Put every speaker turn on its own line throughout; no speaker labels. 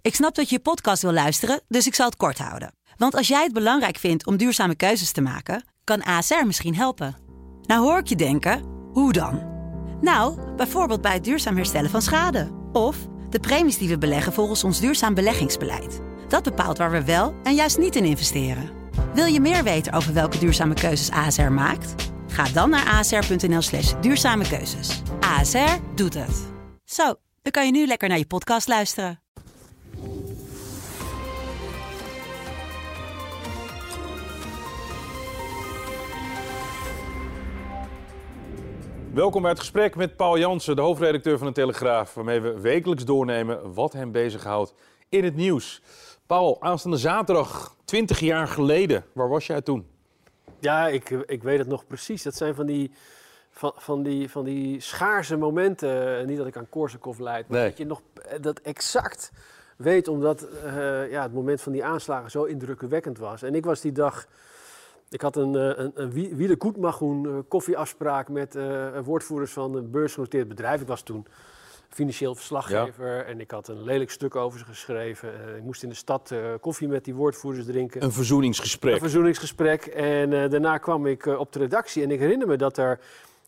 Ik snap dat je podcast wil luisteren, dus ik zal het kort houden. Want als jij het belangrijk vindt om duurzame keuzes te maken, kan ASR misschien helpen. Nou hoor ik je denken, hoe dan? Nou, bijvoorbeeld bij het duurzaam herstellen van schade. Of de premies die we beleggen volgens ons duurzaam beleggingsbeleid. Dat bepaalt waar we wel en juist niet in investeren. Wil je meer weten over welke duurzame keuzes ASR maakt? Ga dan naar asr.nl/duurzame keuzes. ASR doet het. Zo, dan kan je nu lekker naar je podcast luisteren.
Welkom bij het gesprek met Paul Jansen, de hoofdredacteur van de Telegraaf, waarmee we wekelijks doornemen wat hem bezighoudt in het nieuws. Paul, aanstaande zaterdag, 20 jaar geleden, waar was jij toen?
Ja, ik weet het nog precies. Dat zijn van die schaarse momenten. Niet dat ik aan Korsakoff leid, maar dat je nog dat exact weet, omdat het moment van die aanslagen zo indrukwekkend was. En ik was die dag... Ik had een Wiele Goedmagoen koffieafspraak met woordvoerders van een beursgenoteerd bedrijf. Ik was toen financieel verslaggever en ik had een lelijk stuk over ze geschreven. Ik moest in de stad koffie met die woordvoerders drinken.
Een verzoeningsgesprek.
Een verzoeningsgesprek. En daarna kwam ik op de redactie en ik herinner me dat er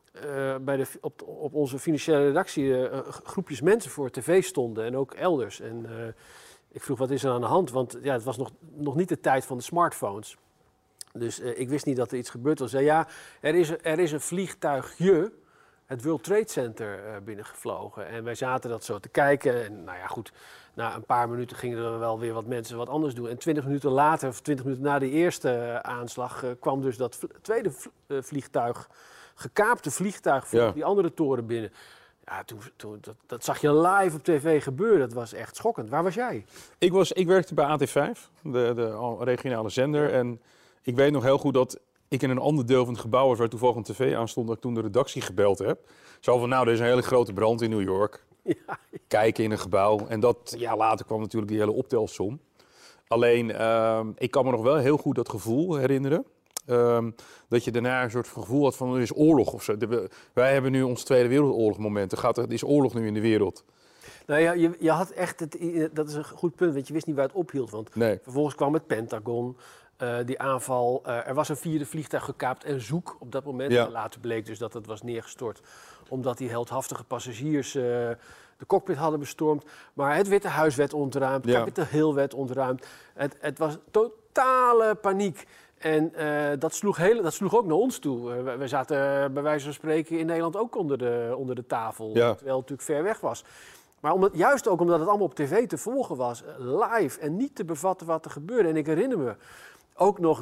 op onze financiële redactie groepjes mensen voor tv stonden en ook elders. En ik vroeg, wat is er aan de hand? Want het was nog niet de tijd van de smartphones. Dus ik wist niet dat er iets gebeurd was. Ja, er is een vliegtuigje, het World Trade Center, binnengevlogen. En wij zaten dat zo te kijken. En nou ja, goed, na een paar minuten gingen er wel weer wat mensen wat anders doen. En 20 minuten later, of 20 minuten na de eerste aanslag, kwam dus dat tweede vliegtuig, gekaapte vliegtuig, voor die andere toren binnen. Ja, dat zag je live op tv gebeuren. Dat was echt schokkend. Waar was jij?
Ik werkte bij AT5, de regionale zender. En ik weet nog heel goed dat ik in een ander deel van het gebouw was waar toevallig een tv aan stond, dat ik toen de redactie gebeld heb. Zo van, er is een hele grote brand in New York. Ja. Kijken in een gebouw. En later kwam natuurlijk die hele optelsom. Alleen, ik kan me nog wel heel goed dat gevoel herinneren. Dat je daarna een soort gevoel had van, er is oorlog of zo. Wij hebben nu ons Tweede Wereldoorlog momenten. Er is oorlog nu in de wereld.
Nou ja, je had echt, dat is een goed punt, want je wist niet waar het ophield. Want vervolgens kwam het Pentagon. Die aanval, er was een vierde vliegtuig gekaapt en zoek op dat moment. Ja. Later bleek dus dat het was neergestort omdat die heldhaftige passagiers de cockpit hadden bestormd. Maar het Witte Huis werd ontruimd, Capitol Hill werd ontruimd. Het was totale paniek. En dat sloeg ook naar ons toe. We zaten bij wijze van spreken in Nederland ook onder de tafel, terwijl het natuurlijk ver weg was. Maar juist ook omdat het allemaal op tv te volgen was, live en niet te bevatten wat er gebeurde. En ik herinner me ook nog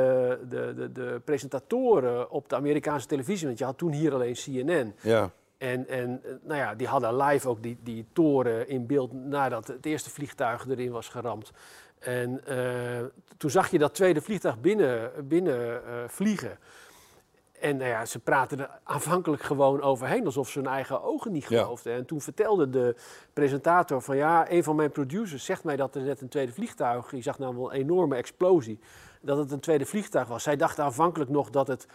de presentatoren op de Amerikaanse televisie, want je had toen hier alleen CNN. Ja. En die hadden live ook die toren in beeld nadat het eerste vliegtuig erin was geramd. En toen zag je dat tweede vliegtuig binnen vliegen. En ze praten er aanvankelijk gewoon overheen, alsof ze hun eigen ogen niet geloofden. Ja. En toen vertelde de presentator van een van mijn producers zegt mij dat er net een tweede vliegtuig, je zag namelijk een enorme explosie, dat het een tweede vliegtuig was. Zij dachten aanvankelijk nog dat het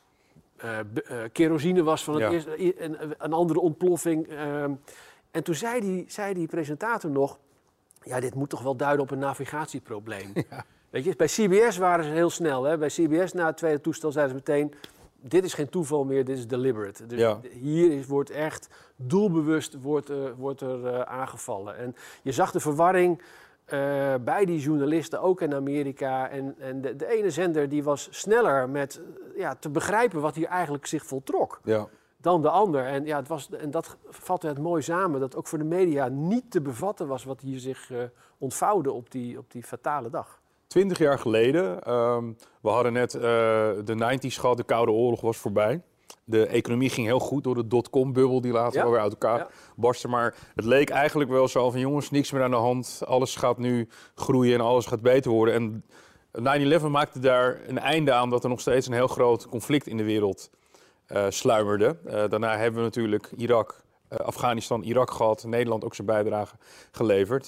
kerosine was van het eerste, een andere ontploffing. En toen zei die presentator nog, dit moet toch wel duiden op een navigatieprobleem. Ja. Weet je, bij CBS waren ze heel snel. Hè? Bij CBS na het tweede toestel zeiden ze meteen, dit is geen toeval meer, dit is deliberate. Dus hier wordt echt doelbewust aangevallen. En je zag de verwarring bij die journalisten, ook in Amerika. En de ene zender die was sneller met te begrijpen wat hier eigenlijk zich voltrok dan de ander. En dat vatte het mooi samen, dat ook voor de media niet te bevatten was wat hier zich ontvouwde op die fatale dag.
20 jaar geleden, we hadden net de 90's gehad, de Koude Oorlog was voorbij. De economie ging heel goed door de dotcom-bubbel die later wel weer uit elkaar barstte. Maar het leek eigenlijk wel zo van, jongens, niks meer aan de hand. Alles gaat nu groeien en alles gaat beter worden. En 9/11 maakte daar een einde aan dat er nog steeds een heel groot conflict in de wereld sluimerde. Daarna hebben we natuurlijk Afghanistan, Irak gehad. Nederland ook zijn bijdrage geleverd.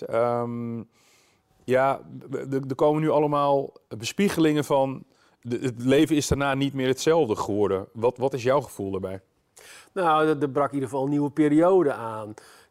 Er komen nu allemaal bespiegelingen van, het leven is daarna niet meer hetzelfde geworden. Wat is jouw gevoel daarbij?
Nou, er brak in ieder geval een nieuwe periode aan.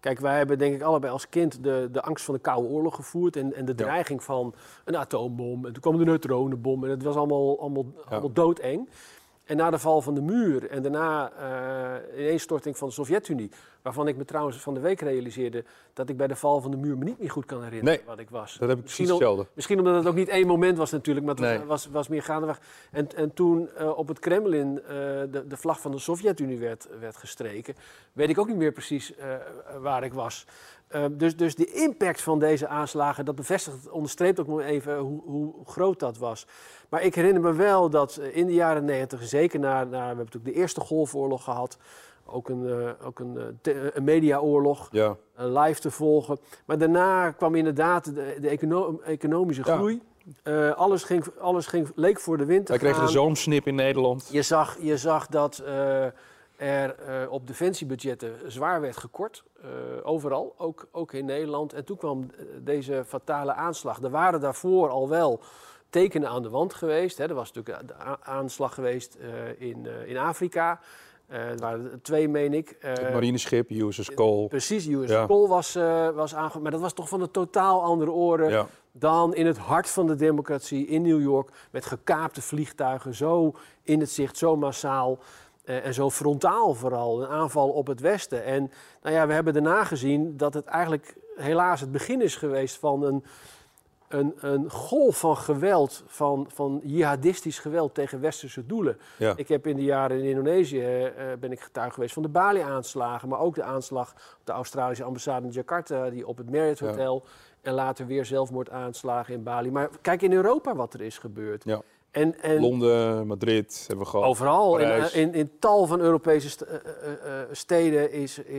Kijk, wij hebben denk ik allebei als kind de angst van de Koude Oorlog gevoerd en de dreiging van een atoombom. En toen kwam de neutronenbom en het was allemaal doodeng. En na de val van de muur en daarna ineenstorting van de Sovjet-Unie, waarvan ik me trouwens van de week realiseerde dat ik bij de val van de muur me niet meer goed kan herinneren wat ik was.
Dat heb ik precies hetzelfde.
Misschien omdat het ook niet één moment was natuurlijk, maar het was meer gaandeweg. En toen op het Kremlin de vlag van de Sovjet-Unie werd gestreken, weet ik ook niet meer precies waar ik was. Dus de impact van deze aanslagen, dat bevestigt, onderstreept ook nog even hoe groot dat was. Maar ik herinner me wel dat in de jaren 90, zeker we hebben natuurlijk de Eerste Golfoorlog gehad, ook een mediaoorlog, live te volgen. Maar daarna kwam inderdaad de economische groei. Alles leek voor de wind te gaan.
Wij kregen de zoomsnip in Nederland.
Je zag dat er op defensiebudgetten zwaar werd gekort. Overal, ook in Nederland. En toen kwam deze fatale aanslag. Er waren daarvoor al wel tekenen aan de wand geweest. Hè. Er was natuurlijk de aanslag geweest in Afrika. Er waren 2, meen ik.
Het marineschip, USS Cole.
Precies, USS Cole was aangevallen. Maar dat was toch van een totaal andere orde dan in het hart van de democratie in New York. Met gekaapte vliegtuigen, zo in het zicht, zo massaal. En zo frontaal vooral, een aanval op het Westen. En nou ja, we hebben daarna gezien dat het eigenlijk helaas het begin is geweest van een golf van geweld, van jihadistisch geweld tegen westerse doelen. Ja. Ik heb in de jaren in Indonesië ben ik getuige geweest van de Bali-aanslagen, maar ook de aanslag op de Australische ambassade in Jakarta, die op het Marriott Hotel en later weer zelfmoordaanslagen in Bali. Maar kijk in Europa wat er is gebeurd. Ja. En
Londen, Madrid hebben we gehad.
Overal, in tal van Europese steden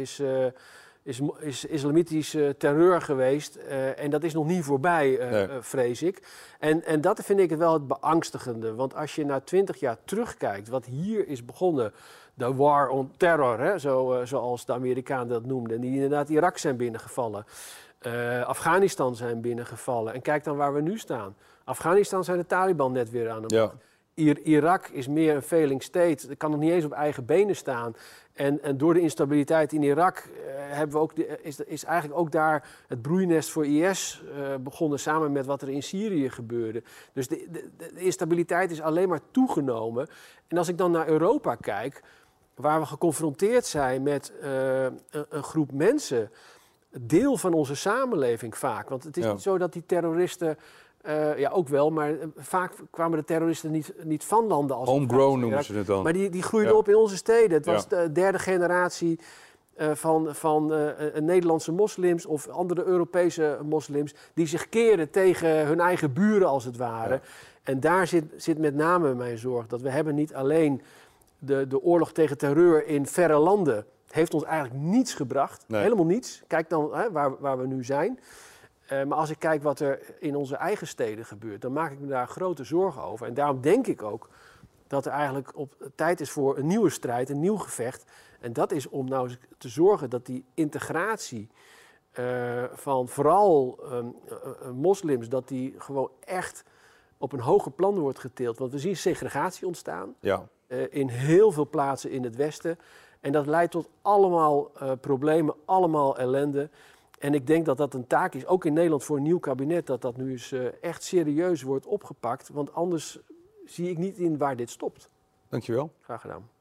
is islamitische terreur geweest. En dat is nog niet voorbij, vrees ik. En dat vind ik wel het beangstigende. Want als je na 20 jaar terugkijkt, wat hier is begonnen, de war on terror, hè, zoals de Amerikanen dat noemden, die inderdaad Irak zijn binnengevallen. Afghanistan zijn binnengevallen. En kijk dan waar we nu staan. Afghanistan zijn de Taliban net weer aan de macht. Irak is meer een failing state. Het kan nog niet eens op eigen benen staan. En door de instabiliteit in Irak hebben we ook is eigenlijk ook daar het broeinest voor IS begonnen, samen met wat er in Syrië gebeurde. Dus de instabiliteit is alleen maar toegenomen. En als ik dan naar Europa kijk, waar we geconfronteerd zijn met een groep mensen, deel van onze samenleving vaak. Want het is niet zo dat die terroristen, ook wel, maar vaak kwamen de terroristen niet van landen als
homegrown noemen ze het dan.
Maar die groeiden op in onze steden. Het was de derde generatie van Nederlandse moslims of andere Europese moslims die zich keren tegen hun eigen buren als het ware. Ja. En daar zit met name mijn zorg. Dat we hebben niet alleen de oorlog tegen terreur in verre landen. Heeft ons eigenlijk niets gebracht. Nee. Helemaal niets. Kijk dan waar we nu zijn. Maar als ik kijk wat er in onze eigen steden gebeurt, dan maak ik me daar grote zorgen over. En daarom denk ik ook dat er eigenlijk tijd is voor een nieuwe strijd, een nieuw gevecht. En dat is om nou eens te zorgen dat die integratie van vooral moslims, dat die gewoon echt op een hoger plan wordt getild. Want we zien segregatie ontstaan in heel veel plaatsen in het Westen. En dat leidt tot allemaal problemen, allemaal ellende. En ik denk dat dat een taak is, ook in Nederland voor een nieuw kabinet, dat nu eens echt serieus wordt opgepakt. Want anders zie ik niet in waar dit stopt.
Dankjewel.
Graag gedaan.